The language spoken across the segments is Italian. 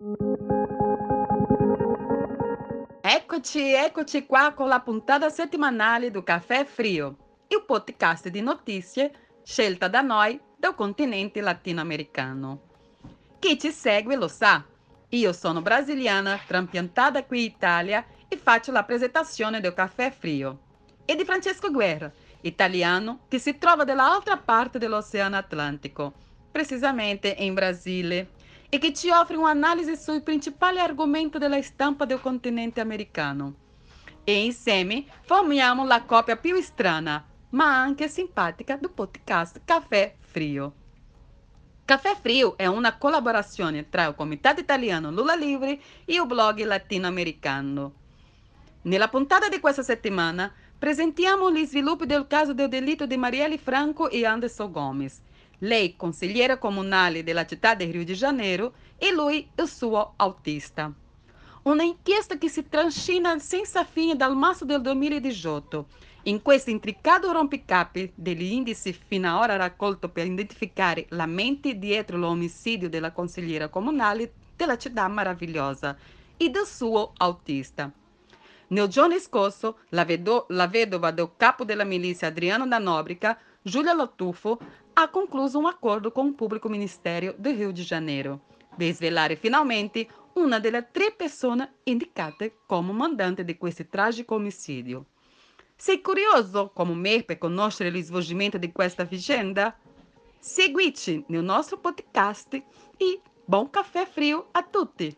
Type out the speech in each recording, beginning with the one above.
Eccoci qua con la puntata settimanale do Caffè Frio, il podcast di notizie scelta da noi del continente latinoamericano. Chi ci segue lo sa, io sono brasiliana, trapiantata qui in Italia e faccio la presentazione del Caffè Frio. E di Francesco Guerra, italiano che si trova dall'altra parte dell'Oceano Atlantico, precisamente in Brasile, e che ci offre un'analisi sui principali argomenti della stampa del continente americano. E insieme formiamo la coppia più strana, ma anche simpatica do podcast Caffè Frio. Caffè Frio è una collaborazione tra il Comitato Italiano Lula Livre e il blog latinoamericano. Nella puntata di questa settimana presentiamo gli sviluppi del caso del delitto di Marielle Franco e Anderson Gomes. Lei, consigliera comunale della città di Rio de Janeiro, e lui, il suo autista. Una inchiesta che si trascina senza fine dal marzo del 2018. In questo intricato rompicapi degli indici fino ad ora raccolto per identificare la mente dietro l'omicidio della consigliera comunale della città meravigliosa e del suo autista. Nel giorno scorso, la vedova del capo della milizia Adriano da Nóbrega, Giulia Lotufo, ha concluso un accordo con il pubblico ministero do Rio de Janeiro per svelare finalmente una delle 3 persone indicate come mandante di questo tragico omicidio. Sei curioso come me per conoscere lo svolgimento di questa vicenda? Seguici nel nostro podcast e buon caffè frio a tutti!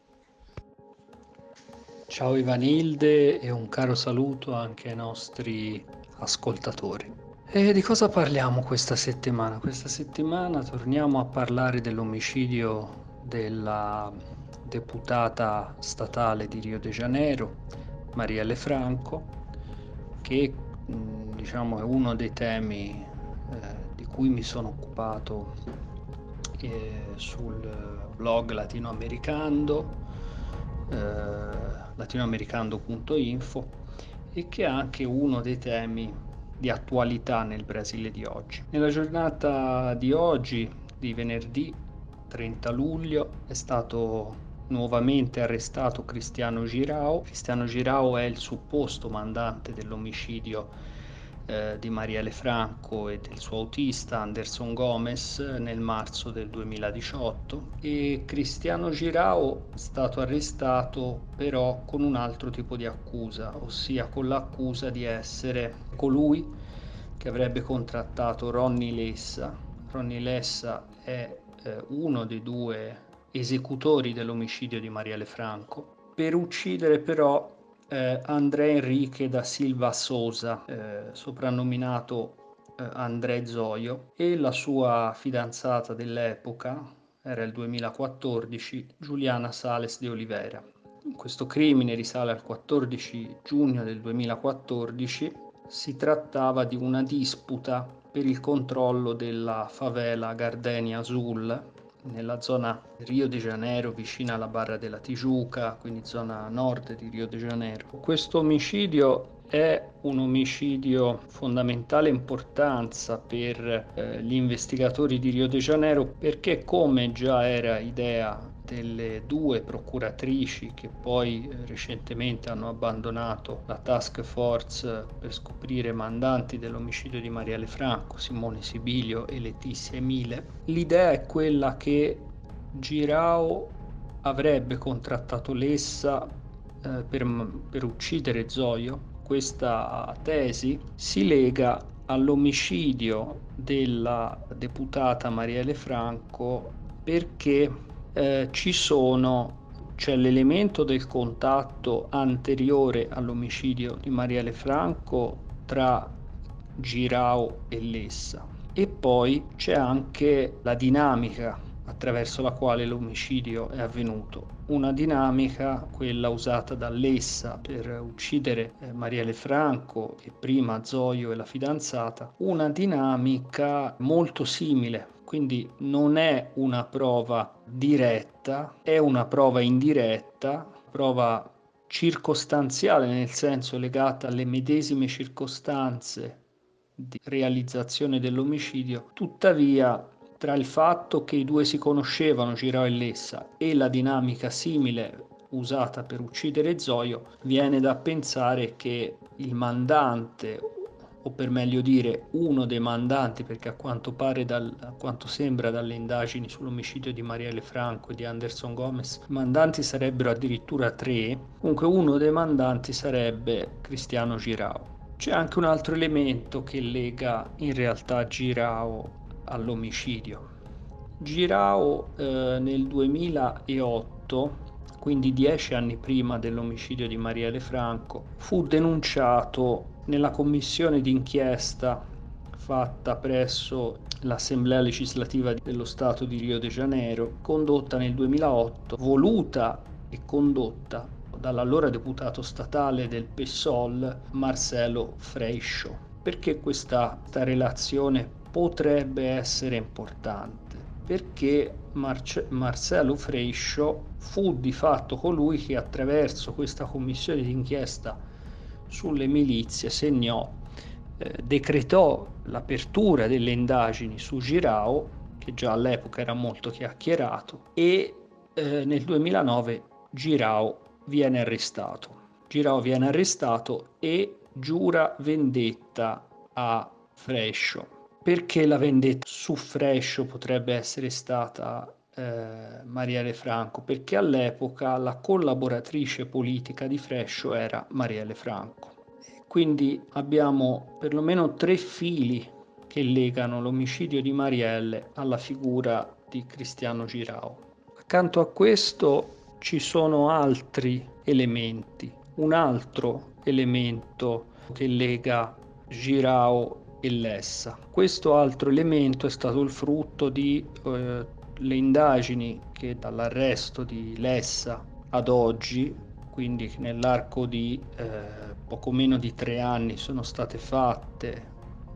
Ciao Ivanilde e un caro saluto anche ai nostri ascoltatori. E di cosa parliamo questa settimana? Questa settimana torniamo a parlare dell'omicidio della deputata statale di Rio de Janeiro, Marielle Franco, che diciamo è uno dei temi di cui mi sono occupato sul blog latinoamericando.info e che è anche uno dei temi di attualità nel Brasile di oggi. Nella giornata di oggi, di venerdì 30 luglio, è stato nuovamente arrestato Cristiano Girao. Cristiano Girao è il supposto mandante dell'omicidio di Marielle Franco e del suo autista Anderson Gomes nel marzo del 2018, e Cristiano Girao è stato arrestato però con un altro tipo di accusa, ossia con l'accusa di essere colui che avrebbe contrattato Ronny Lessa. Ronny Lessa è uno dei 2 esecutori dell'omicidio di Marielle Franco, per uccidere però André Enrique da Silva Souza, soprannominato André Zoio, e la sua fidanzata dell'epoca, era il 2014, Juliana Sales de Oliveira. Questo crimine risale al 14 giugno del 2014. Si trattava di una disputa per il controllo della favela Gardenia Azul, nella zona Rio de Janeiro, vicina alla Barra della Tijuca, quindi zona nord di Rio de Janeiro. Questo omicidio è un omicidio fondamentale importanza per gli investigatori di Rio de Janeiro, perché, come già era idea delle 2 procuratrici che poi recentemente hanno abbandonato la task force per scoprire mandanti dell'omicidio di Marielle Franco, Simone Sibilio e Letizia Emile, l'idea è quella che Girao avrebbe contrattato Lessa per uccidere Zoio. Questa tesi si lega all'omicidio della deputata Marielle Franco perché c'è l'elemento del contatto anteriore all'omicidio di Marielle Franco tra Girao e Lessa, e poi c'è anche la dinamica attraverso la quale l'omicidio è avvenuto. Una dinamica, quella usata da Lessa per uccidere Marielle Franco e prima Zoio e la fidanzata, una dinamica molto simile. Quindi non è una prova diretta, è una prova indiretta, prova circostanziale, nel senso legata alle medesime circostanze di realizzazione dell'omicidio. Tuttavia tra il fatto che i due si conoscevano, Girao e Lessa, e la dinamica simile usata per uccidere Zoio, viene da pensare che il mandante, o per meglio dire uno dei mandanti, perché a quanto sembra dalle indagini sull'omicidio di Marielle Franco e di Anderson Gomez, i mandanti sarebbero addirittura 3, comunque uno dei mandanti sarebbe Cristiano Girao. C'è anche un altro elemento che lega in realtà Girao all'omicidio. Girao nel 2008, quindi 10 anni prima dell'omicidio di Marielle Franco, fu denunciato nella commissione d'inchiesta fatta presso l'Assemblea legislativa dello Stato di Rio de Janeiro, condotta nel 2008, voluta e condotta dall'allora deputato statale del PSOL Marcelo Freixo. Perché questa relazione potrebbe essere importante? Perché Marcelo Freixo fu di fatto colui che attraverso questa commissione d'inchiesta sulle milizie decretò l'apertura delle indagini su Girao, che già all'epoca era molto chiacchierato, e nel 2009 Girao viene arrestato. Girao viene arrestato e giura vendetta a Freixo. Perché la vendetta su Freixo potrebbe essere stata Marielle Franco? Perché all'epoca la collaboratrice politica di Freixo era Marielle Franco. Quindi abbiamo perlomeno 3 fili che legano l'omicidio di Marielle alla figura di Cristiano Girao. Accanto a questo ci sono altri elementi. Un altro elemento che lega Girao e Lessa. Questo altro elemento è stato il frutto di le indagini che dall'arresto di Lessa ad oggi, quindi nell'arco di poco meno di 3 anni, sono state fatte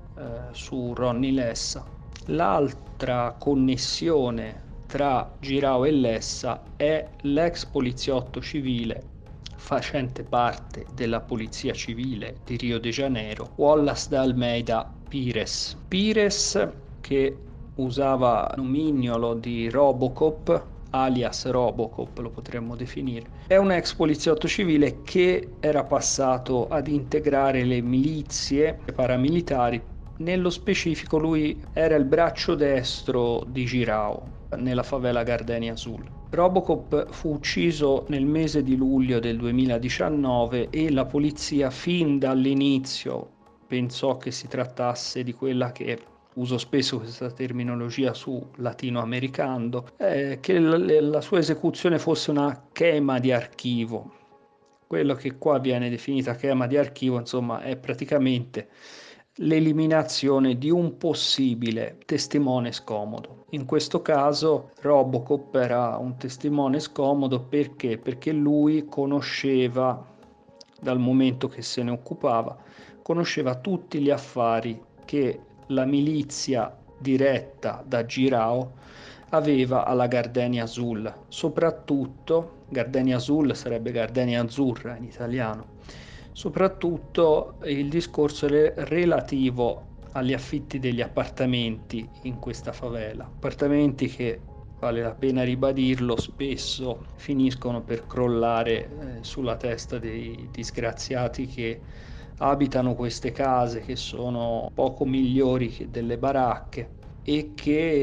su Ronny Lessa. L'altra connessione tra Girao e Lessa è l'ex poliziotto civile facente parte della polizia civile di Rio de Janeiro, Wallace da Almeida Pires. Pires, che usava il nomignolo di Robocop, alias Robocop lo potremmo definire, è un ex poliziotto civile che era passato ad integrare le milizie paramilitari. Nello specifico lui era il braccio destro di Girao nella favela Gardenia Azul. Robocop fu ucciso nel mese di luglio del 2019 e la polizia fin dall'inizio pensò che si trattasse di quella che, uso spesso questa terminologia su latinoamericano, che la sua esecuzione fosse una chema di archivo. Quello che qua viene definita chema di archivo, insomma, è praticamente l'eliminazione di un possibile testimone scomodo. In questo caso Robocop era un testimone scomodo perché? Perché lui conosceva, dal momento che se ne occupava, conosceva tutti gli affari che la milizia diretta da Girao aveva alla Gardenia Azul, soprattutto Gardenia Azul sarebbe Gardenia Azzurra in italiano. Soprattutto il discorso relativo agli affitti degli appartamenti in questa favela, appartamenti che, vale la pena ribadirlo, spesso finiscono per crollare sulla testa dei disgraziati che abitano queste case, che sono poco migliori che delle baracche e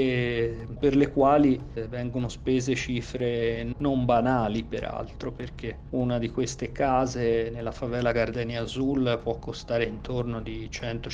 per le quali vengono spese cifre non banali, peraltro, perché una di queste case nella favela Gardenia Azul può costare intorno di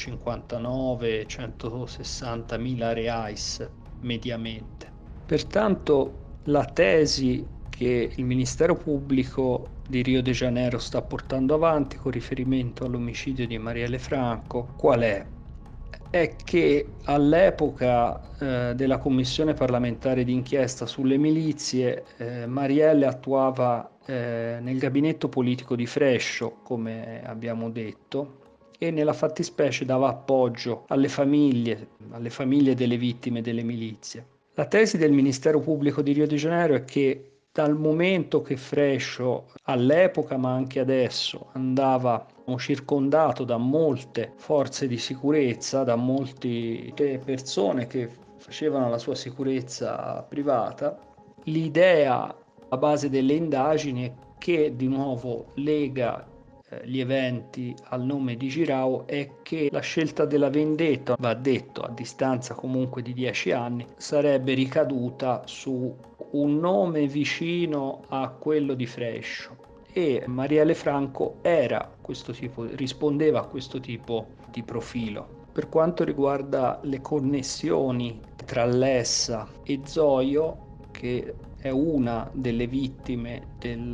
159-160 mila reais mediamente. Pertanto la tesi che il Ministero Pubblico di Rio de Janeiro sta portando avanti con riferimento all'omicidio di Marielle Franco, qual è? È che all'epoca della commissione parlamentare d'inchiesta sulle milizie, Marielle attuava nel gabinetto politico di Freixo, come abbiamo detto, e nella fattispecie dava appoggio alle famiglie delle vittime delle milizie. La tesi del Ministero Pubblico di Rio de Janeiro è che dal momento che Freixo all'epoca, ma anche adesso, andava circondato da molte forze di sicurezza, da molte persone che facevano la sua sicurezza privata. L'idea a base delle indagini è che di nuovo lega gli eventi al nome di Giraud è che la scelta della vendetta, va detto a distanza comunque di 10 anni, sarebbe ricaduta su un nome vicino a quello di Frescio, e Marielle Franco rispondeva a questo tipo di profilo. Per quanto riguarda le connessioni tra Lessa e Zoio, che è una delle vittime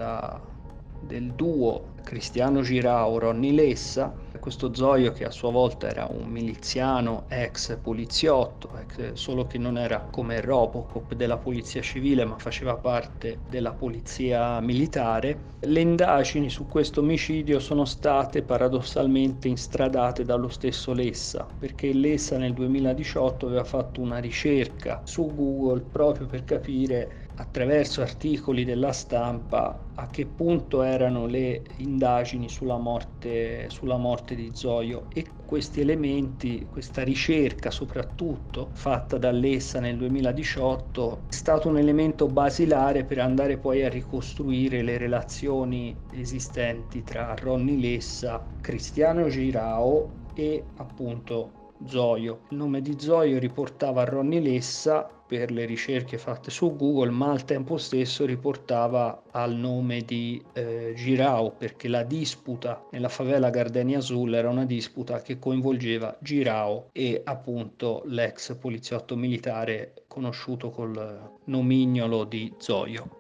del duo Cristiano Girau-Ronny Lessa, questo Zoio che a sua volta era un miliziano ex poliziotto, solo che non era come Robocop della polizia civile, ma faceva parte della polizia militare. Le indagini su questo omicidio sono state paradossalmente instradate dallo stesso Lessa, perché Lessa nel 2018 aveva fatto una ricerca su Google proprio per capire, attraverso articoli della stampa, a che punto erano le indagini sulla morte di Zoio, e questi elementi, questa ricerca soprattutto fatta da Lessa nel 2018, è stato un elemento basilare per andare poi a ricostruire le relazioni esistenti tra Ronny Lessa, Cristiano Girau e appunto Zoio. Il nome di Zoio riportava a Ronny Lessa per le ricerche fatte su Google, ma al tempo stesso riportava al nome di Girau, perché la disputa nella favela Gardenia Azul era una disputa che coinvolgeva Girau e appunto l'ex poliziotto militare conosciuto col nomignolo di Zoio.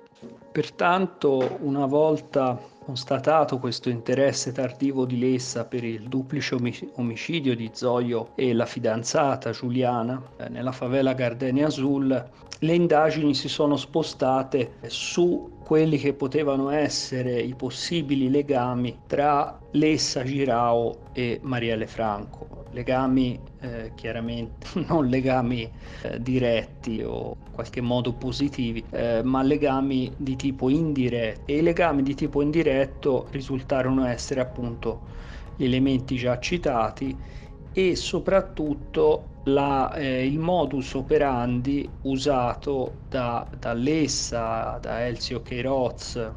Pertanto, una volta constatato questo interesse tardivo di Lessa per il duplice omicidio di Zoio e la fidanzata Giuliana nella favela Gardenia Azul, le indagini si sono spostate su quelli che potevano essere i possibili legami tra Lessa Girau e Marielle Franco. Legami chiaramente non legami diretti o in qualche modo positivi, ma legami di tipo indiretto, e i legami di tipo indiretto risultarono essere appunto gli elementi già citati e soprattutto il modus operandi usato da Lessa, da Elzio Queiroz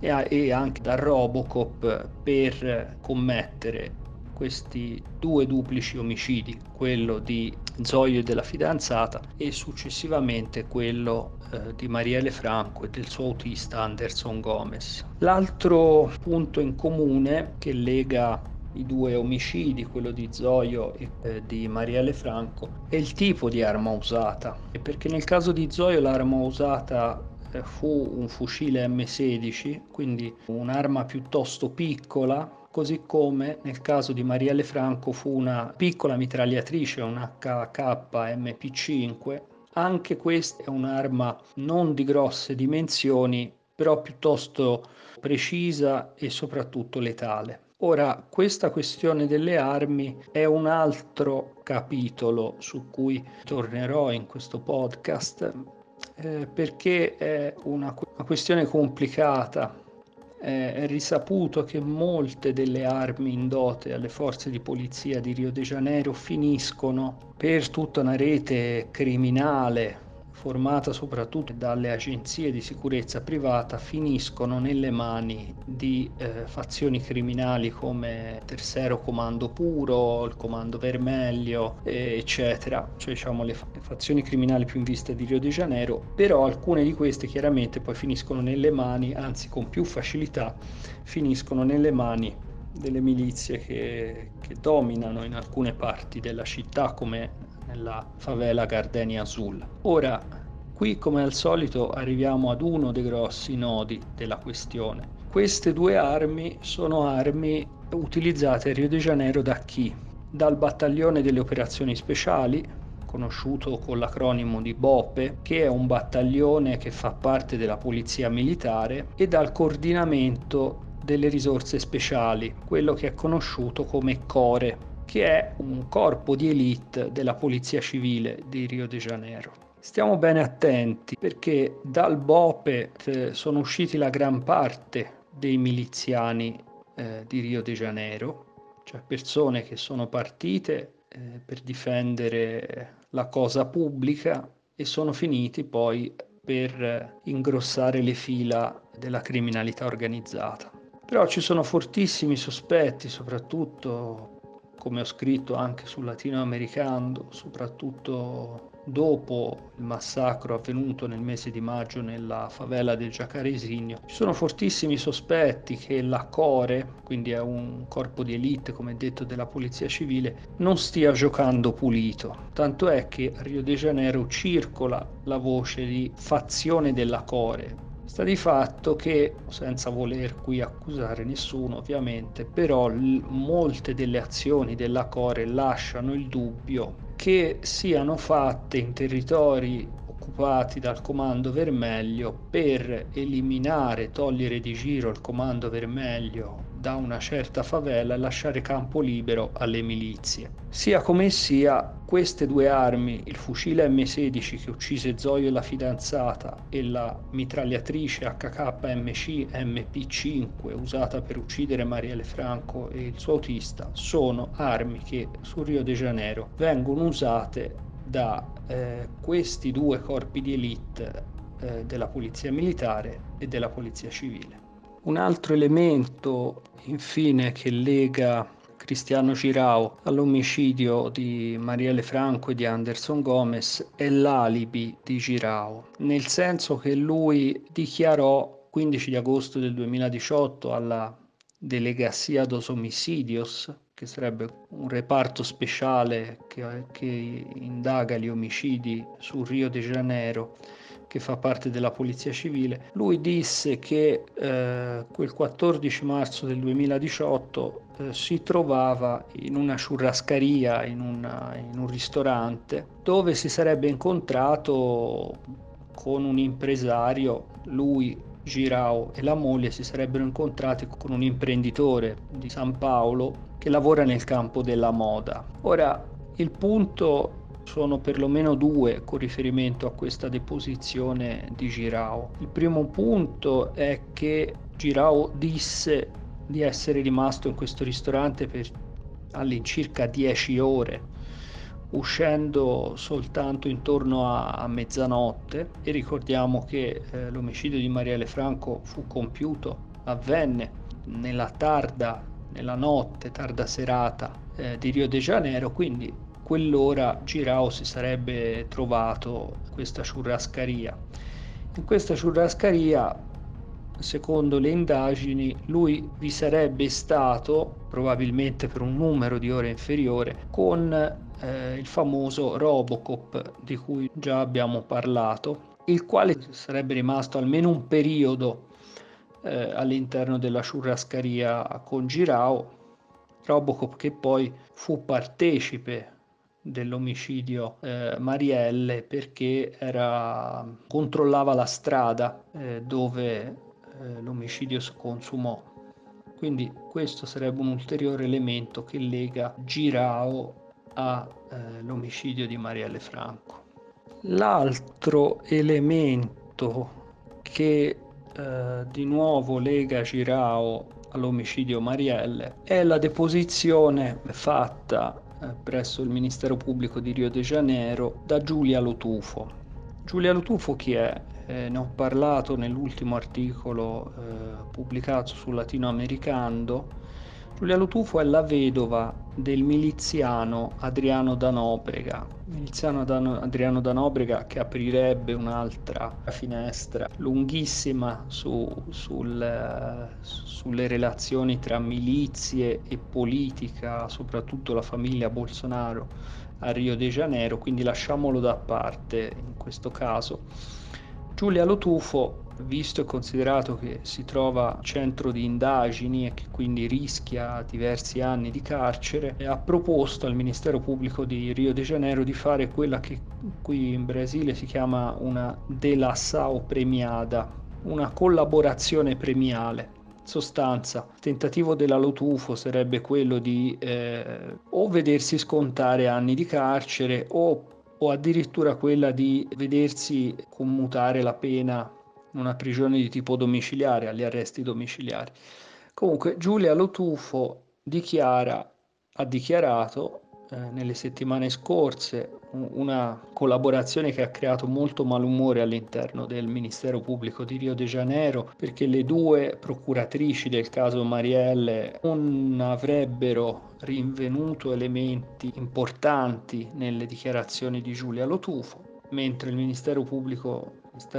e anche da Robocop per commettere questi due duplici omicidi, quello di Zoio e della fidanzata e successivamente quello di Marielle Franco e del suo autista Anderson Gomez. L'altro punto in comune che lega i due omicidi, quello di Zoio e di Marielle Franco, è il tipo di arma usata, perché nel caso di Zoio l'arma usata fu un fucile M16, quindi un'arma piuttosto piccola, così come nel caso di Marielle Franco fu una piccola mitragliatrice, un HK MP5. Anche questa è un'arma non di grosse dimensioni, però piuttosto precisa e soprattutto letale. Ora, questa questione delle armi è un altro capitolo su cui tornerò in questo podcast, perché è una questione complicata. È risaputo che molte delle armi indotte alle forze di polizia di Rio de Janeiro finiscono per tutta una rete criminale formata soprattutto dalle agenzie di sicurezza privata, finiscono nelle mani di fazioni criminali come Tercero Comando Puro, il Comando Vermelho, eccetera, cioè diciamo le fazioni criminali più in vista di Rio de Janeiro, però alcune di queste chiaramente poi finiscono nelle mani, anzi con più facilità, finiscono nelle mani delle milizie che dominano in alcune parti della città, come nella favela Gardenia Azul. Ora, qui come al solito arriviamo ad uno dei grossi nodi della questione. Queste due armi sono armi utilizzate a Rio de Janeiro da chi? Dal battaglione delle operazioni speciali, conosciuto con l'acronimo di BOPE, che è un battaglione che fa parte della polizia militare, e dal coordinamento delle risorse speciali, quello che è conosciuto come CORE, che è un corpo di elite della polizia civile di Rio de Janeiro. Stiamo bene attenti perché dal BOPE sono usciti la gran parte dei miliziani di Rio de Janeiro, cioè persone che sono partite per difendere la cosa pubblica e sono finiti poi per ingrossare le fila della criminalità organizzata. Però ci sono fortissimi sospetti, soprattutto, come ho scritto anche sul Latinoamericano, soprattutto dopo il massacro avvenuto nel mese di maggio nella favela del Jacaresinho. Ci sono fortissimi sospetti che la Core, quindi è un corpo di elite, come detto, della polizia civile, non stia giocando pulito. Tanto è che a Rio de Janeiro circola la voce di fazione della Core. Sta di fatto che, senza voler qui accusare nessuno ovviamente, però molte delle azioni della Core lasciano il dubbio che siano fatte in territori occupati dal Comando Vermelho per eliminare, togliere di giro il Comando Vermelho da una certa favela e lasciare campo libero alle milizie. Sia come sia, queste due armi, il fucile M16 che uccise Zoe e la fidanzata e la mitragliatrice HK-MC MP5 usata per uccidere Marielle Franco e il suo autista, sono armi che su Rio de Janeiro vengono usate da questi due corpi di elite della polizia militare e della polizia civile. Un altro elemento, infine, che lega Cristiano Girao all'omicidio di Marielle Franco e di Anderson Gomez è l'alibi di Girao, nel senso che lui dichiarò 15 di agosto del 2018 alla Delegacia dos Homicidios, che sarebbe un reparto speciale che indaga gli omicidi su Rio de Janeiro, che fa parte della polizia civile. Lui disse che quel 14 marzo del 2018 si trovava in una churrascaria, in un ristorante, dove si sarebbe incontrato con un impresario. Lui, Girao e la moglie si sarebbero incontrati con un imprenditore di San Paolo che lavora nel campo della moda. Ora, il punto sono perlomeno due con riferimento a questa deposizione di Girao. Il primo punto è che Girao disse di essere rimasto in questo ristorante per all'incirca 10 ore, uscendo soltanto intorno a mezzanotte, e ricordiamo che l'omicidio di Marielle Franco avvenne nella notte, tarda serata di Rio de Janeiro, quindi quell'ora Girao si sarebbe trovato in questa churrascaria. In questa churrascaria, secondo le indagini, lui vi sarebbe stato, probabilmente per un numero di ore inferiore, con il famoso Robocop di cui già abbiamo parlato, il quale sarebbe rimasto almeno un periodo all'interno della churrascaria con Girao. Robocop che poi fu partecipe dell'omicidio Marielle, perché controllava la strada dove l'omicidio si consumò. Quindi questo sarebbe un ulteriore elemento che lega Girao all'omicidio di Marielle Franco. L'altro elemento che di nuovo lega Girao all'omicidio Marielle è la deposizione fatta presso il Ministero Pubblico di Rio de Janeiro da Giulia Lotufo. Giulia Lotufo chi è? Ne ho parlato nell'ultimo articolo pubblicato sul Latinoamericano. Giulia Lotufo è la vedova del miliziano Adriano Danobrega. Adriano Danobrega che aprirebbe un'altra finestra lunghissima sulle relazioni tra milizie e politica, soprattutto la famiglia Bolsonaro a Rio de Janeiro, quindi lasciamolo da parte in questo caso. Giulia Lotufo, visto e considerato che si trova al centro di indagini e che quindi rischia diversi anni di carcere, ha proposto al Ministero Pubblico di Rio de Janeiro di fare quella che qui in Brasile si chiama una delação premiada, una collaborazione premiale. In sostanza, il tentativo della Lotufo sarebbe quello di o vedersi scontare anni di carcere o addirittura quella di vedersi commutare la pena in una prigione di tipo domiciliare, agli arresti domiciliari. Comunque Giulia Lotufo ha dichiarato nelle settimane scorse, una collaborazione che ha creato molto malumore all'interno del Ministero Pubblico di Rio de Janeiro, perché le due procuratrici del caso Marielle non avrebbero rinvenuto elementi importanti nelle dichiarazioni di Giulia Lotufo, mentre il Ministero Pubblico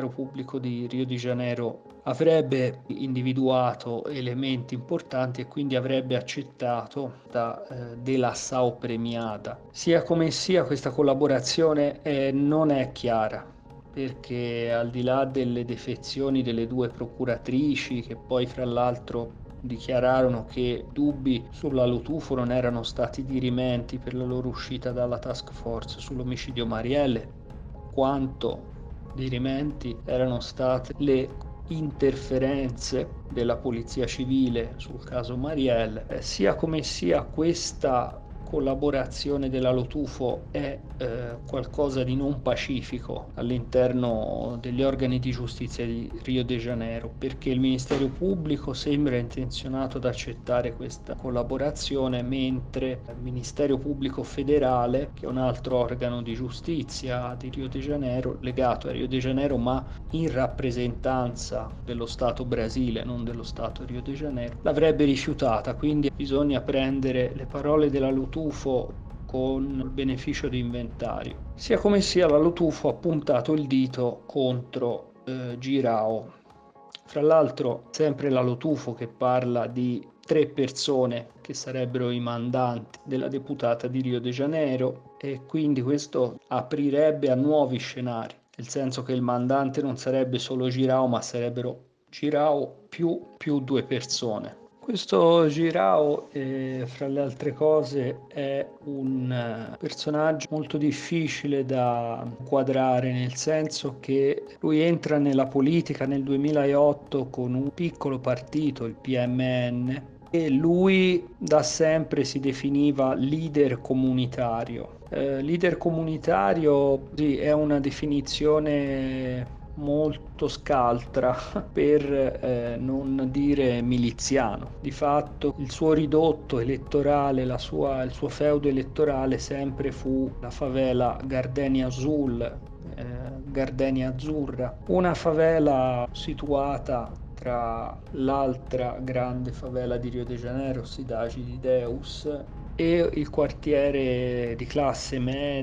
di Rio de Janeiro avrebbe individuato elementi importanti e quindi avrebbe accettato della SAO premiata. Sia come sia, questa collaborazione non è chiara, perché al di là delle defezioni delle due procuratrici, che poi fra l'altro dichiararono che dubbi sulla Lotufo non erano stati dirimenti per la loro uscita dalla task force sull'omicidio Marielle, quanto dirimenti erano state le interferenze della polizia civile sul caso Marielle. Sia come sia, questa collaborazione della Lotufo è qualcosa di non pacifico all'interno degli organi di giustizia di Rio de Janeiro, perché il Ministero Pubblico sembra intenzionato ad accettare questa collaborazione, mentre il Ministero Pubblico Federale, che è un altro organo di giustizia di Rio de Janeiro, legato a Rio de Janeiro ma in rappresentanza dello Stato Brasile, non dello Stato Rio de Janeiro, l'avrebbe rifiutata. Quindi bisogna prendere le parole della Lotufo con il beneficio di inventario. Sia come sia, la Lotufo ha puntato il dito contro Girao. Fra l'altro, sempre la Lotufo che parla di 3 persone che sarebbero i mandanti della deputata di Rio de Janeiro, e quindi questo aprirebbe a nuovi scenari, nel senso che il mandante non sarebbe solo Girao, ma sarebbero Girao più 2 persone. Questo Girao, fra le altre cose, è un personaggio molto difficile da inquadrare, nel senso che lui entra nella politica nel 2008 con un piccolo partito, il PMN, e lui da sempre si definiva leader comunitario. Leader comunitario sì, è una definizione molto scaltra per non dire miliziano. Di fatto il suo ridotto elettorale, il suo feudo elettorale sempre fu la favela Gardenia Azul, Gardenia Azzurra, una favela situata tra l'altra grande favela di Rio de Janeiro, Cidade de Deus, e il quartiere di classe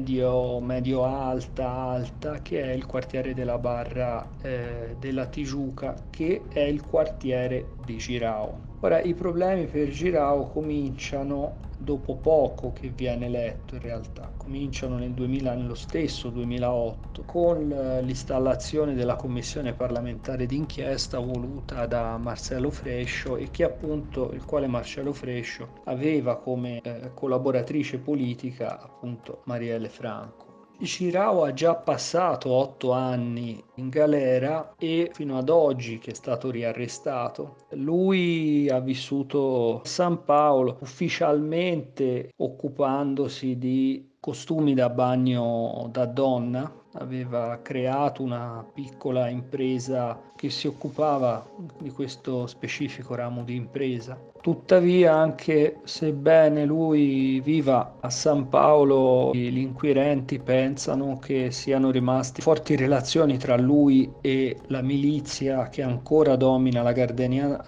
medio-alta, che è il quartiere della Barra della Tijuca, che è il quartiere di Girao. Ora, i problemi per Girao cominciano dopo poco che viene eletto, in realtà cominciano nello stesso 2008 con l'installazione della commissione parlamentare d'inchiesta voluta da Marcelo Freixo, e che appunto il quale Marcelo Freixo aveva come collaboratrice politica appunto Marielle Franco. Girao ha già passato 8 anni in galera e fino ad oggi, che è stato riarrestato, lui ha vissuto a San Paolo, ufficialmente occupandosi di costumi da bagno da donna. Aveva creato una piccola impresa che si occupava di questo specifico ramo di impresa. Tuttavia, anche sebbene lui viva a San Paolo, gli inquirenti pensano che siano rimaste forti relazioni tra lui e la milizia che ancora domina la Gardenia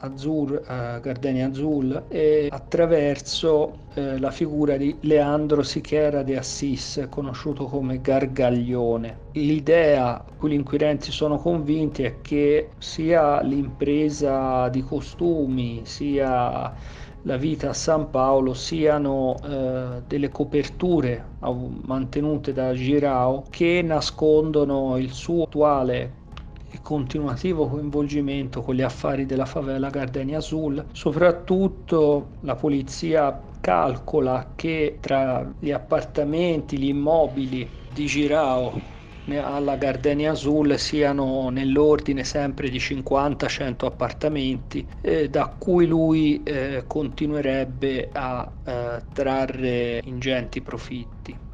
Azul, e attraverso la figura di Leandro Siqueira de Assis, conosciuto come Gargaglione. L'idea cui gli inquirenti sono convinti è che sia l'impresa di costumi sia la vita a San Paolo siano delle coperture mantenute da Girao che nascondono il suo attuale e continuativo coinvolgimento con gli affari della favela Gardenia Azul. Soprattutto la polizia calcola che tra gli appartamenti, gli immobili di Girao alla Gardenia Azul siano nell'ordine sempre di 50-100 appartamenti da cui lui continuerebbe a trarre ingenti profitti.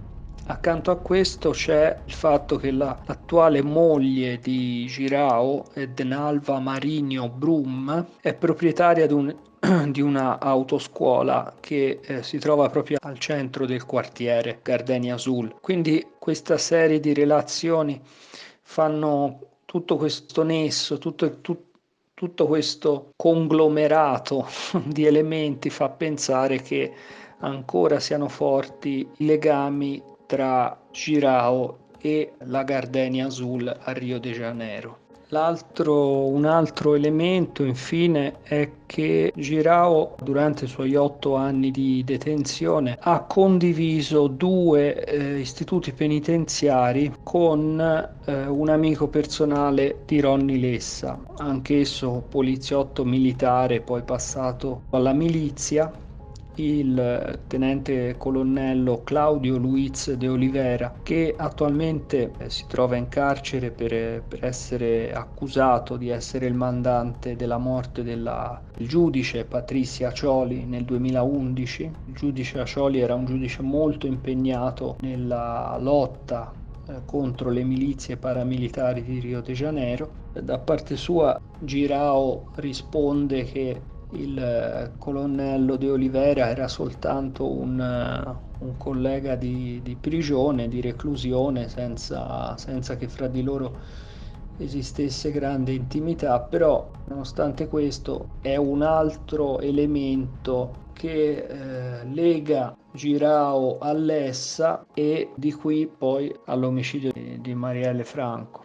Accanto a questo c'è il fatto che l'attuale moglie di Girao, Ednalva Marinho Brum, è proprietaria di una autoscuola che si trova proprio al centro del quartiere Gardenia Azul. Quindi questa serie di relazioni fanno tutto questo nesso, tutto questo conglomerato di elementi fa pensare che ancora siano forti i legami tra Girao e la Gardenia Azul a Rio de Janeiro. Un altro elemento infine è che Girao durante i suoi 8 anni di detenzione ha condiviso 2 istituti penitenziari con un amico personale di Ronny Lessa, anch'esso poliziotto militare poi passato alla milizia, il tenente colonnello Claudio Luiz de Oliveira, che attualmente si trova in carcere per essere accusato di essere il mandante della morte del giudice Patrizia Acioli nel 2011. Il giudice Acioli era un giudice molto impegnato nella lotta contro le milizie paramilitari di Rio de Janeiro. Da parte sua Girao risponde che il colonnello De Oliveira era soltanto un collega di prigione, di reclusione, senza che fra di loro esistesse grande intimità, però nonostante questo è un altro elemento che lega Girao a Lessa e di qui poi all'omicidio di Marielle Franco.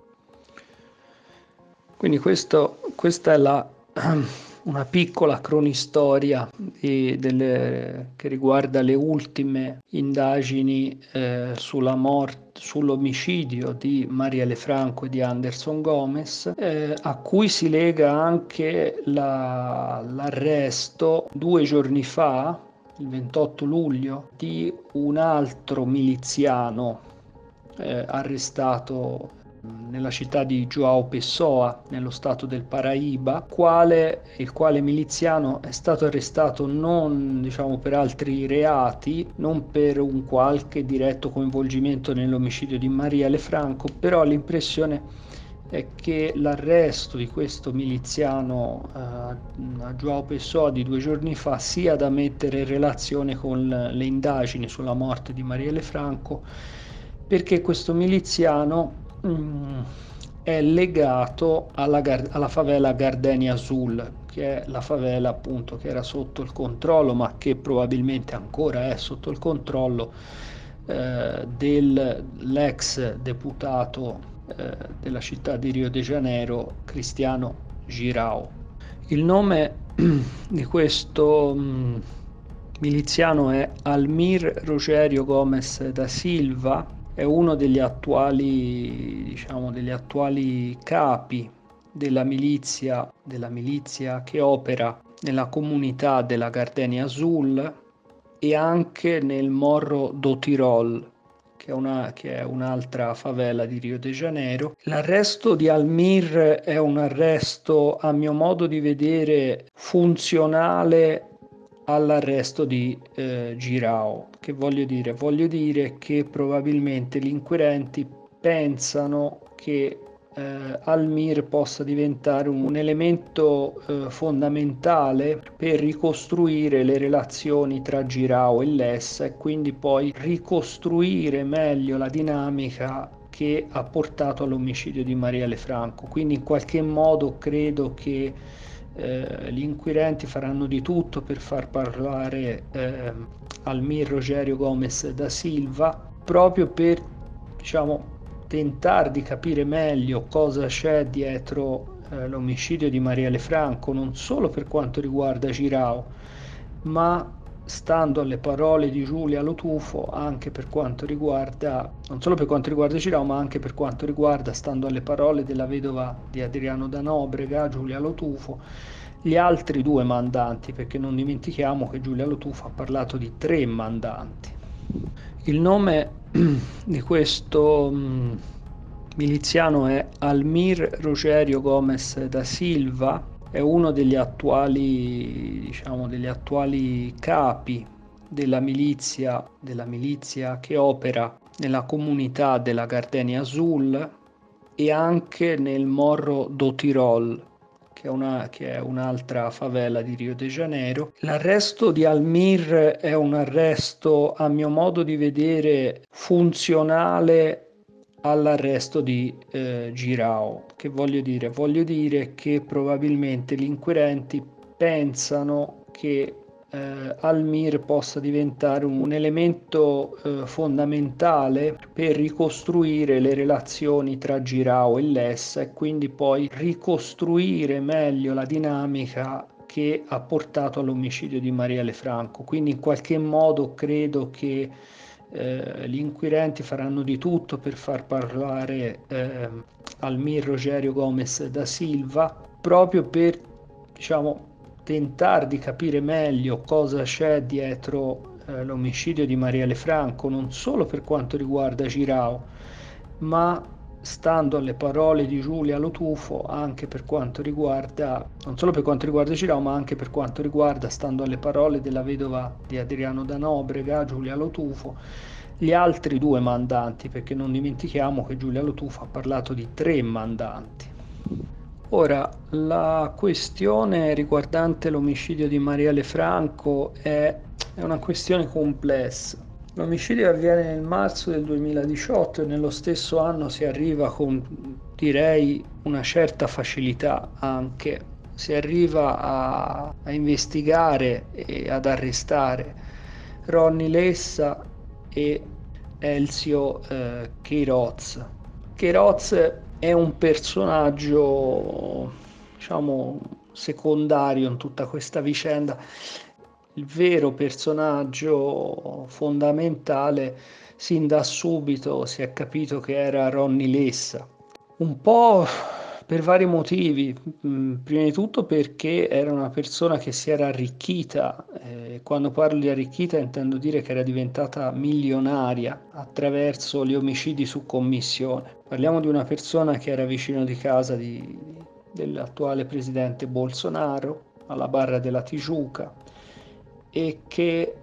Quindi questa è una piccola cronistoria che riguarda le ultime indagini sull'omicidio di Marielle Franco e di Anderson Gomez, a cui si lega anche l'arresto 2 giorni fa, il 28 luglio, di un altro miliziano arrestato nella città di João Pessoa, nello stato del Paraíba, il quale miliziano è stato arrestato non per altri reati, non per un qualche diretto coinvolgimento nell'omicidio di Marielle Franco, però l'impressione è che l'arresto di questo miliziano a João Pessoa di 2 giorni fa sia da mettere in relazione con le indagini sulla morte di Marielle Franco, perché questo miliziano è legato alla favela Gardenia Azul, che è la favela appunto che era sotto il controllo, ma che probabilmente ancora è sotto il controllo dell'ex deputato della città di Rio de Janeiro, Cristiano Girao. Il nome di questo miliziano è Almir Rogério Gomes da Silva, è uno degli attuali capi della milizia che opera nella comunità della Gardenia Azul e anche nel Morro do Tirol, che è un'altra favela di Rio de Janeiro. L'arresto di Almir è un arresto, a mio modo di vedere, funzionale all'arresto di Girao. Che voglio dire che probabilmente gli inquirenti pensano che Almir possa diventare un elemento fondamentale per ricostruire le relazioni tra Girao e Lessa e quindi poi ricostruire meglio la dinamica che ha portato all'omicidio di Marielle Franco. Quindi in qualche modo credo che gli inquirenti faranno di tutto per far parlare Almir Rogério Gomes da Silva, proprio per tentare di capire meglio cosa c'è dietro l'omicidio di Marielle Franco, non solo per quanto riguarda Girao, ma stando alle parole di Giulia Lotufo anche per quanto riguarda, non solo per quanto riguarda Girao, ma anche per quanto riguarda, stando alle parole della vedova di Adriano da Nobrega, Giulia Lotufo, gli altri 2 mandanti, perché non dimentichiamo che Giulia Lotufo ha parlato di 3 mandanti. Il nome di questo miliziano è Almir Rogério Gomes da Silva, è uno degli attuali capi della milizia che opera nella comunità della Gardenia Azul e anche nel Morro do Tirol, che è un'altra favela di Rio de Janeiro. L'arresto di Almir è un arresto, a mio modo di vedere, funzionale all'arresto di Girao. Che voglio dire? Voglio dire che probabilmente gli inquirenti pensano che Almir possa diventare un elemento fondamentale per ricostruire le relazioni tra Girao e Lessa e quindi poi ricostruire meglio la dinamica che ha portato all'omicidio di Marielle Franco. Quindi in qualche modo credo che gli inquirenti faranno di tutto per far parlare Almir Rogério Gomes da Silva, proprio per, diciamo, tentare di capire meglio cosa c'è dietro l'omicidio di Marielle Franco, non solo per quanto riguarda Girao, ma stando alle parole di Giulia Lotufo, anche per quanto riguarda, non solo per quanto riguarda Girao, ma anche per quanto riguarda, stando alle parole della vedova di Adriano da Nobrega, Giulia Lotufo, gli altri 2 mandanti, perché non dimentichiamo che Giulia Lotufo ha parlato di 3 mandanti. Ora, la questione riguardante l'omicidio di Marielle Franco è una questione complessa. L'omicidio avviene nel marzo del 2018 e nello stesso anno si arriva con, direi, una certa facilità anche. Si arriva a investigare e ad arrestare Ronny Lessa e Elzio Queiroz. Queiroz è un personaggio, diciamo, secondario in tutta questa vicenda. Il vero personaggio fondamentale, sin da subito si è capito che era Ronny Lessa, un po' per vari motivi. Prima di tutto perché era una persona che si era arricchita, quando parlo di arricchita intendo dire che era diventata milionaria attraverso gli omicidi su commissione. Parliamo di una persona che era vicino di casa dell'attuale presidente Bolsonaro, alla Barra della Tijuca, e che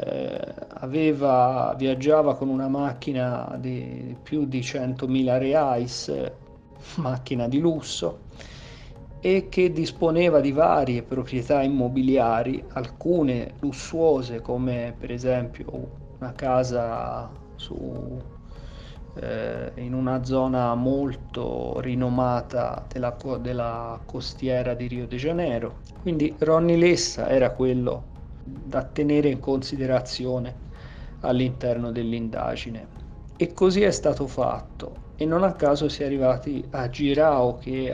viaggiava con una macchina di più di 100.000 reais, macchina di lusso, e che disponeva di varie proprietà immobiliari, alcune lussuose come per esempio una casa in una zona molto rinomata della costiera di Rio de Janeiro. Quindi Ronny Lessa era quello da tenere in considerazione all'interno dell'indagine, e così è stato fatto. E non a caso si è arrivati a Girao, che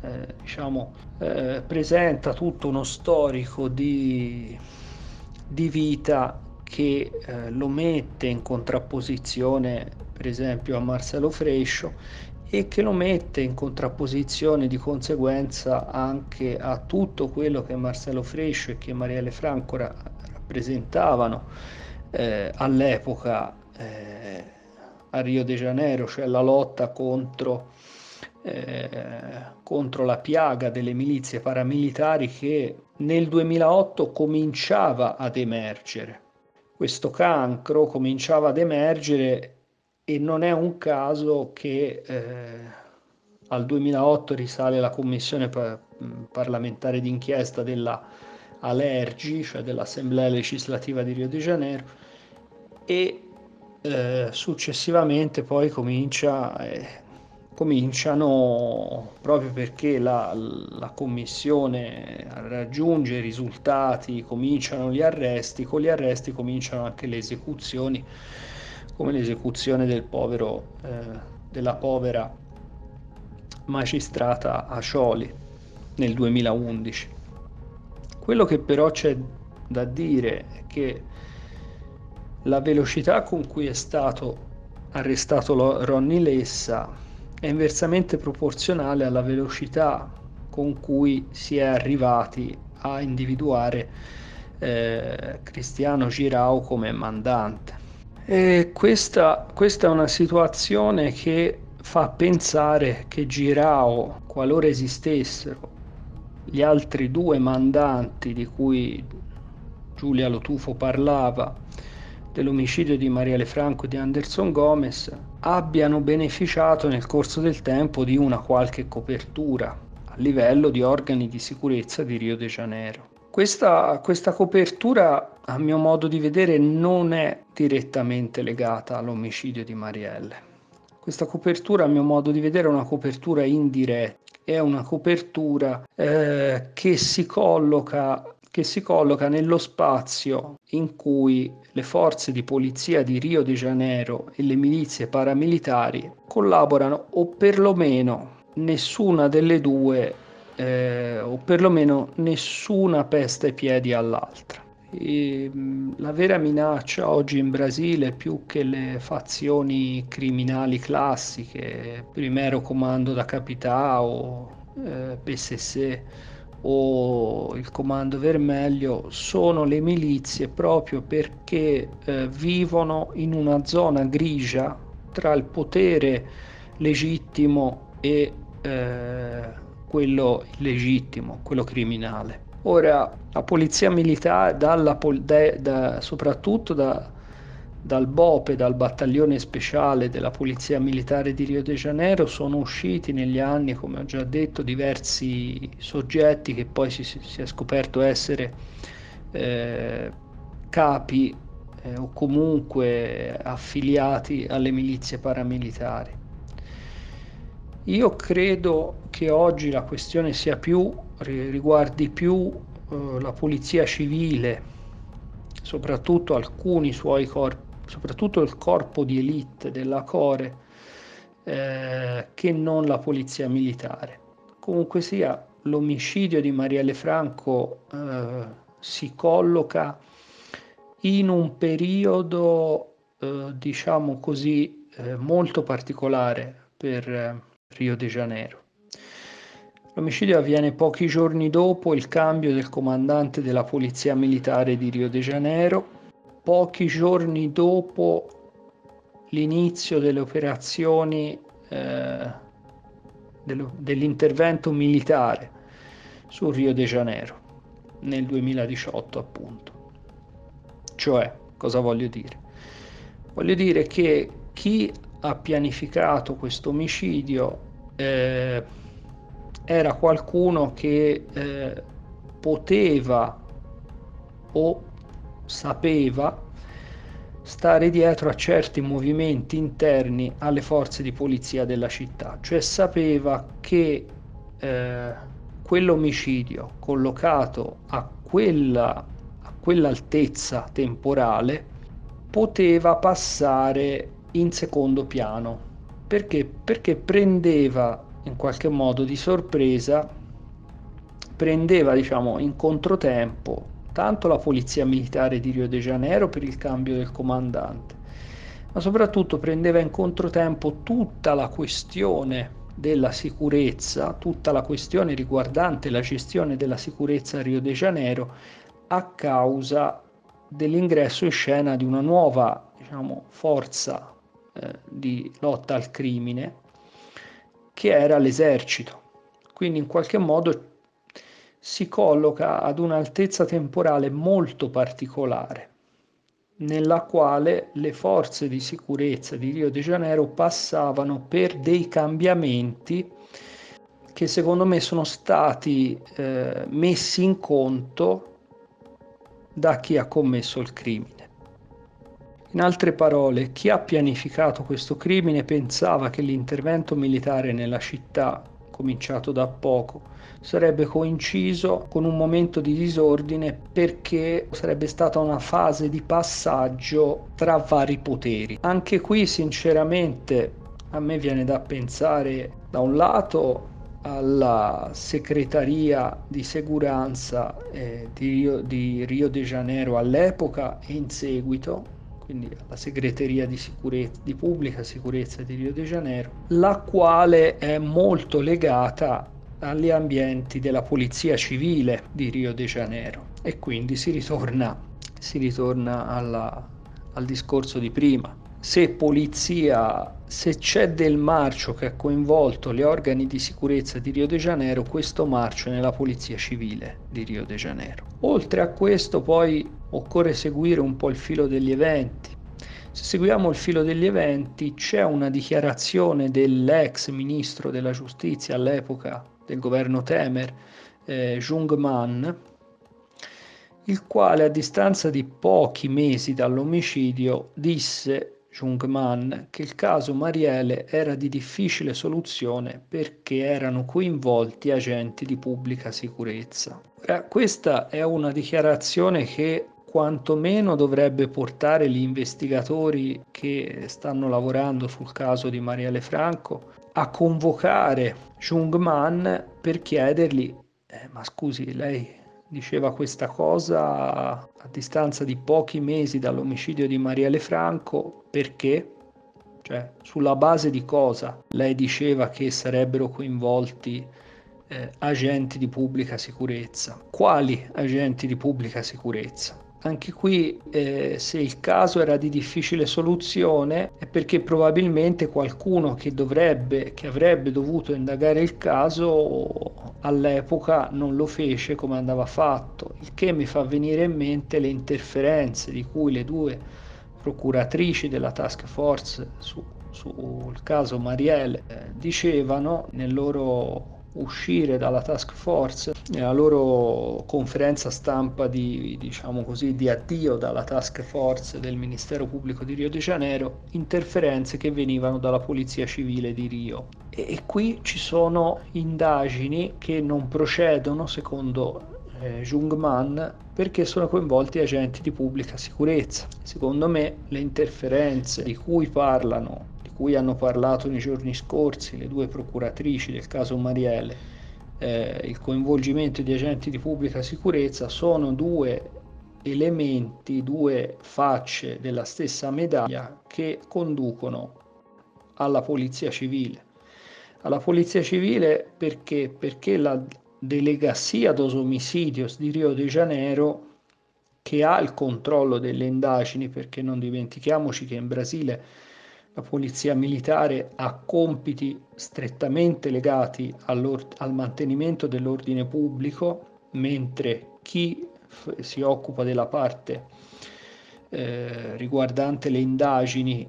presenta tutto uno storico di vita che lo mette in contrapposizione per esempio a Marcelo Freixo, e che lo mette in contrapposizione di conseguenza anche a tutto quello che Marcelo Freixo e che Marielle Franco rappresentavano all'epoca a Rio de Janeiro, cioè la lotta contro la piaga delle milizie paramilitari che nel 2008 cominciava ad emergere. Questo cancro cominciava ad emergere, e non è un caso che al 2008 risale la commissione parlamentare d'inchiesta della Alergi, cioè dell'Assemblea legislativa di Rio de Janeiro, e successivamente poi cominciano, proprio perché la commissione raggiunge i risultati, cominciano gli arresti, con gli arresti cominciano anche le esecuzioni, come l'esecuzione della povera magistrata Acioli nel 2011. Quello che però c'è da dire è che la velocità con cui è stato arrestato Ronny Lessa è inversamente proporzionale alla velocità con cui si è arrivati a individuare Cristiano Girao come mandante. E questa è una situazione che fa pensare che Girao, qualora esistessero gli altri 2 mandanti di cui Giulia Lotufo parlava, dell'omicidio di Marielle Franco e di Anderson Gomez, abbiano beneficiato nel corso del tempo di una qualche copertura a livello di organi di sicurezza di Rio de Janeiro. Questa copertura, a mio modo di vedere, non è direttamente legata all'omicidio di Marielle. Questa copertura, a mio modo di vedere, è una copertura indiretta, è una copertura che si colloca nello spazio in cui le forze di polizia di Rio de Janeiro e le milizie paramilitari collaborano, o perlomeno nessuna delle due, o perlomeno nessuna pesta i piedi all'altra. La vera minaccia oggi in Brasile, più che le fazioni criminali classiche, Primeiro Comando da Capitão, PCC o il Comando Vermelho, sono le milizie, proprio perché vivono in una zona grigia tra il potere legittimo e quello illegittimo, quello criminale. Ora, la polizia militare, soprattutto dal BOPE, dal battaglione speciale della polizia militare di Rio de Janeiro, sono usciti negli anni, come ho già detto, diversi soggetti che poi si è scoperto essere capi o comunque affiliati alle milizie paramilitari. Io credo che oggi la questione riguardi più la polizia civile, soprattutto alcuni suoi corpi, soprattutto il corpo di elite della Core, che non la polizia militare. Comunque sia, l'omicidio di Marielle Franco si colloca in un periodo, diciamo così, molto particolare per Rio de Janeiro. L'omicidio avviene pochi giorni dopo il cambio del comandante della polizia militare di Rio de Janeiro, pochi giorni dopo l'inizio delle operazioni dell'intervento militare su Rio de Janeiro nel 2018, appunto. Cioè, cosa voglio dire? Voglio dire che chi ha pianificato questo omicidio era qualcuno che poteva o sapeva stare dietro a certi movimenti interni alle forze di polizia della città, cioè sapeva che quell'omicidio collocato a quell'altezza temporale poteva passare in secondo piano. Perché? Perché prendeva in qualche modo di sorpresa, diciamo in controtempo, tanto la polizia militare di Rio de Janeiro per il cambio del comandante, ma soprattutto prendeva in controtempo tutta la questione della sicurezza, tutta la questione riguardante la gestione della sicurezza a Rio de Janeiro, a causa dell'ingresso in scena di una nuova, diciamo, forza di lotta al crimine, che era l'esercito. Quindi in qualche modo si colloca ad un'altezza temporale molto particolare, nella quale le forze di sicurezza di Rio de Janeiro passavano per dei cambiamenti che secondo me sono stati messi in conto da chi ha commesso il crimine. In altre parole, chi ha pianificato questo crimine pensava che l'intervento militare nella città, cominciato da poco, sarebbe coinciso con un momento di disordine, perché sarebbe stata una fase di passaggio tra vari poteri. Anche qui, sinceramente, a me viene da pensare da un lato alla segreteria di sicurezza di Rio de Janeiro all'epoca e in seguito, quindi alla segreteria di pubblica sicurezza di Rio de Janeiro, la quale è molto legata agli ambienti della polizia civile di Rio de Janeiro, e quindi si ritorna al discorso di prima. Se polizia se c'è del marcio che ha coinvolto gli organi di sicurezza di Rio de Janeiro, questo marcio è nella Polizia Civile di Rio de Janeiro. Oltre a questo poi occorre seguire un po' il filo degli eventi. Se seguiamo il filo degli eventi, c'è una dichiarazione dell'ex ministro della giustizia all'epoca del governo Temer, Jung Man, il quale a distanza di pochi mesi dall'omicidio disse, Jung Man, che il caso Marielle era di difficile soluzione perché erano coinvolti agenti di pubblica sicurezza. Questa è una dichiarazione che quantomeno dovrebbe portare gli investigatori che stanno lavorando sul caso di Marielle Franco a convocare Jung Man per chiedergli ma scusi, lei diceva questa cosa a distanza di pochi mesi dall'omicidio di Marielle Franco, perché? Cioè, sulla base di cosa lei diceva che sarebbero coinvolti agenti di pubblica sicurezza? Quali agenti di pubblica sicurezza? Anche qui, se il caso era di difficile soluzione, è perché probabilmente qualcuno che avrebbe dovuto indagare il caso all'epoca non lo fece come andava fatto, il che mi fa venire in mente le interferenze di cui le due procuratrici della task force sul caso Marielle dicevano nel loro uscire dalla task force, nella loro conferenza stampa di addio dalla task force del Ministero Pubblico di Rio de Janeiro, interferenze che venivano dalla Polizia Civile di Rio. E qui ci sono indagini che non procedono secondo Jung Man perché sono coinvolti agenti di pubblica sicurezza. Secondo me le interferenze di cui hanno parlato nei giorni scorsi le due procuratrici del caso Marielle, il coinvolgimento di agenti di pubblica sicurezza, sono due elementi, due facce della stessa medaglia che conducono alla Polizia Civile. Alla Polizia Civile perché la Delegacia dos Homicidios di Rio de Janeiro, che ha il controllo delle indagini, perché non dimentichiamoci che in Brasile la polizia militare ha compiti strettamente legati al mantenimento dell'ordine pubblico, mentre chi si occupa della parte riguardante le indagini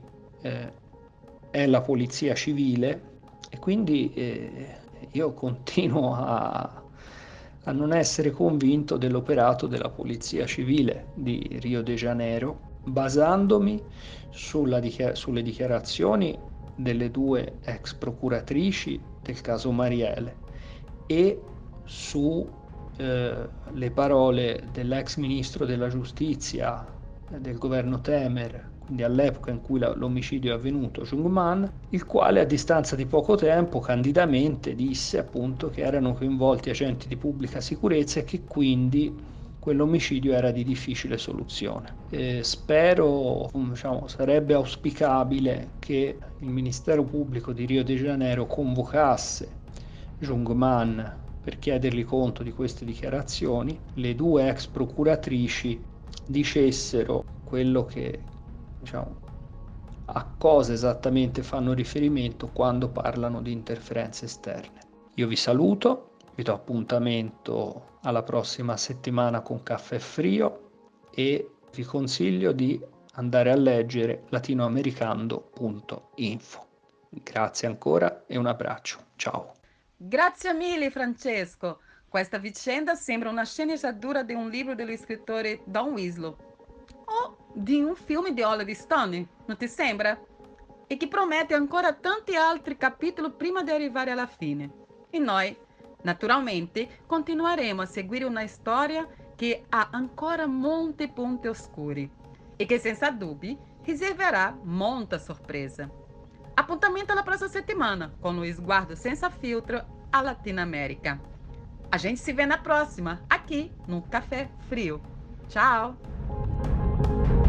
è la polizia civile, e quindi io continuo a non essere convinto dell'operato della polizia civile di Rio de Janeiro, basandomi sulle dichiarazioni delle due ex procuratrici del caso Marielle e su le parole dell'ex ministro della giustizia del governo Temer, quindi all'epoca in cui l'omicidio è avvenuto, Jung Man, il quale a distanza di poco tempo candidamente disse appunto che erano coinvolti agenti di pubblica sicurezza e che quindi quell'omicidio era di difficile soluzione. Spero, sarebbe auspicabile che il Ministero Pubblico di Rio de Janeiro convocasse Jung Man per chiedergli conto di queste dichiarazioni, le due ex procuratrici dicessero quello che, a cosa esattamente fanno riferimento quando parlano di interferenze esterne. Io vi saluto, vi do appuntamento alla prossima settimana con Caffè Frio e vi consiglio di andare a leggere latinoamericando.info. Grazie ancora e un abbraccio. Ciao. Grazie mille, Francesco. Questa vicenda sembra una sceneggiatura di un libro dello scrittore Don Winslow o di un film di Oliver Stone, non ti sembra? E che promette ancora tanti altri capitoli prima di arrivare alla fine. E noi, naturalmente, continueremo a seguire una storia che ha ancora molti punti oscuri e che senza dubbi riserverà molta sorpresa. Appuntamento alla prossima settimana com o Sguardo Senza Filtro a Latinoamérica. A gente se vê na próxima, aqui no Café Frio. Tchau!